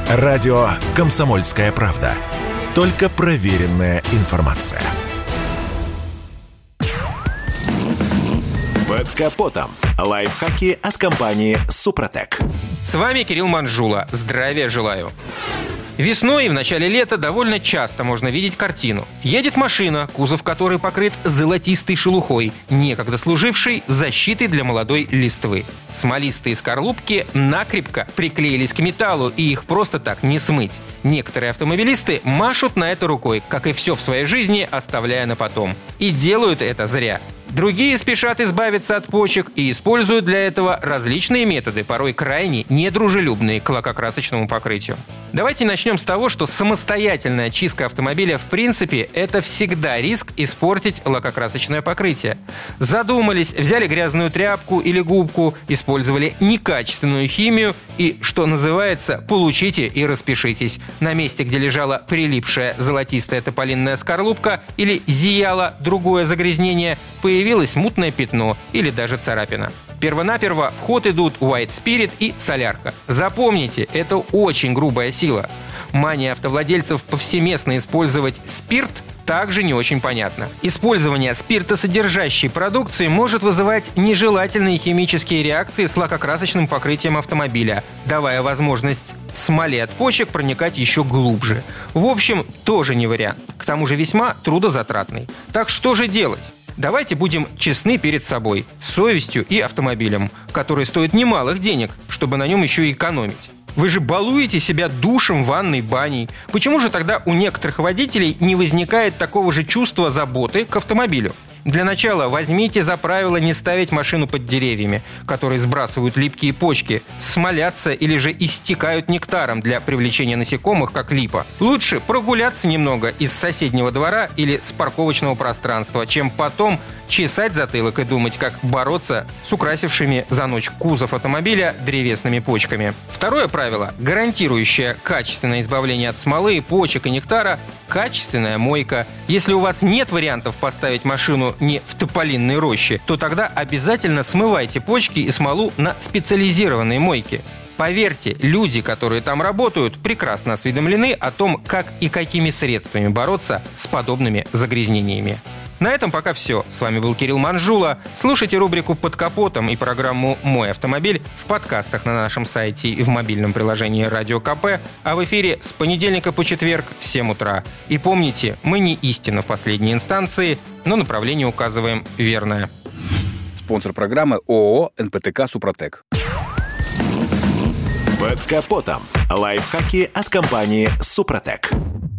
Радио «Комсомольская правда». Только проверенная информация. Под капотом. Лайфхаки от компании «Супротек». С вами Кирилл Манжула. Здравия желаю. Весной и в начале лета довольно часто можно видеть картину. Едет машина, кузов которой покрыт золотистой шелухой, некогда служившей защитой для молодой листвы. Смолистые скорлупки накрепко приклеились к металлу, и их просто так не смыть. Некоторые автомобилисты машут на это рукой, как и все в своей жизни, оставляя на потом. И делают это зря. Другие спешат избавиться от почек и используют для этого различные методы, порой крайне недружелюбные к лакокрасочному покрытию. Давайте начнем с того, что самостоятельная чистка автомобиля в принципе это всегда риск испортить лакокрасочное покрытие. Задумались, взяли грязную тряпку или губку, использовали некачественную химию и, что называется, получите и распишитесь. На месте, где лежала прилипшая золотистая тополинная скорлупка или зияло другое загрязнение, появилось мутное пятно или даже царапина. Первонаперво в ход идут White Spirit и солярка. Запомните, это очень грубая сила. Мания автовладельцев повсеместно использовать спирт также не очень понятно. Использование спиртосодержащей продукции может вызывать нежелательные химические реакции с лакокрасочным покрытием автомобиля, давая возможность смоле от почек проникать еще глубже. В общем, тоже не вариант. К тому же весьма трудозатратный. Так что же делать? Давайте будем честны перед собой, совестью и автомобилем, который стоит немалых денег, чтобы на нем еще и экономить. Вы же балуете себя душем, ванной, баней. Почему же тогда у некоторых водителей не возникает такого же чувства заботы к автомобилю? Для начала возьмите за правило не ставить машину под деревьями, которые сбрасывают липкие почки, смолятся или же истекают нектаром для привлечения насекомых, как липа. Лучше прогуляться немного из соседнего двора или с парковочного пространства, чем потом чесать затылок и думать, как бороться с украсившими за ночь кузов автомобиля древесными почками. Второе правило, гарантирующее качественное избавление от смолы, почек и нектара – качественная мойка. Если у вас нет вариантов поставить машину не в тополинной роще, то тогда обязательно смывайте почки и смолу на специализированные мойки. Поверьте, люди, которые там работают, прекрасно осведомлены о том, как и какими средствами бороться с подобными загрязнениями. На этом пока все. С вами был Кирилл Манжула. Слушайте рубрику «Под капотом» и программу «Мой автомобиль» в подкастах на нашем сайте и в мобильном приложении «Радио КП», а в эфире с понедельника по четверг в 7 утра. И помните, мы не истина в последней инстанции, но направление указываем верное. Спонсор программы ООО «НПТК Супротек». Под капотом. Лайфхаки от компании «Супротек».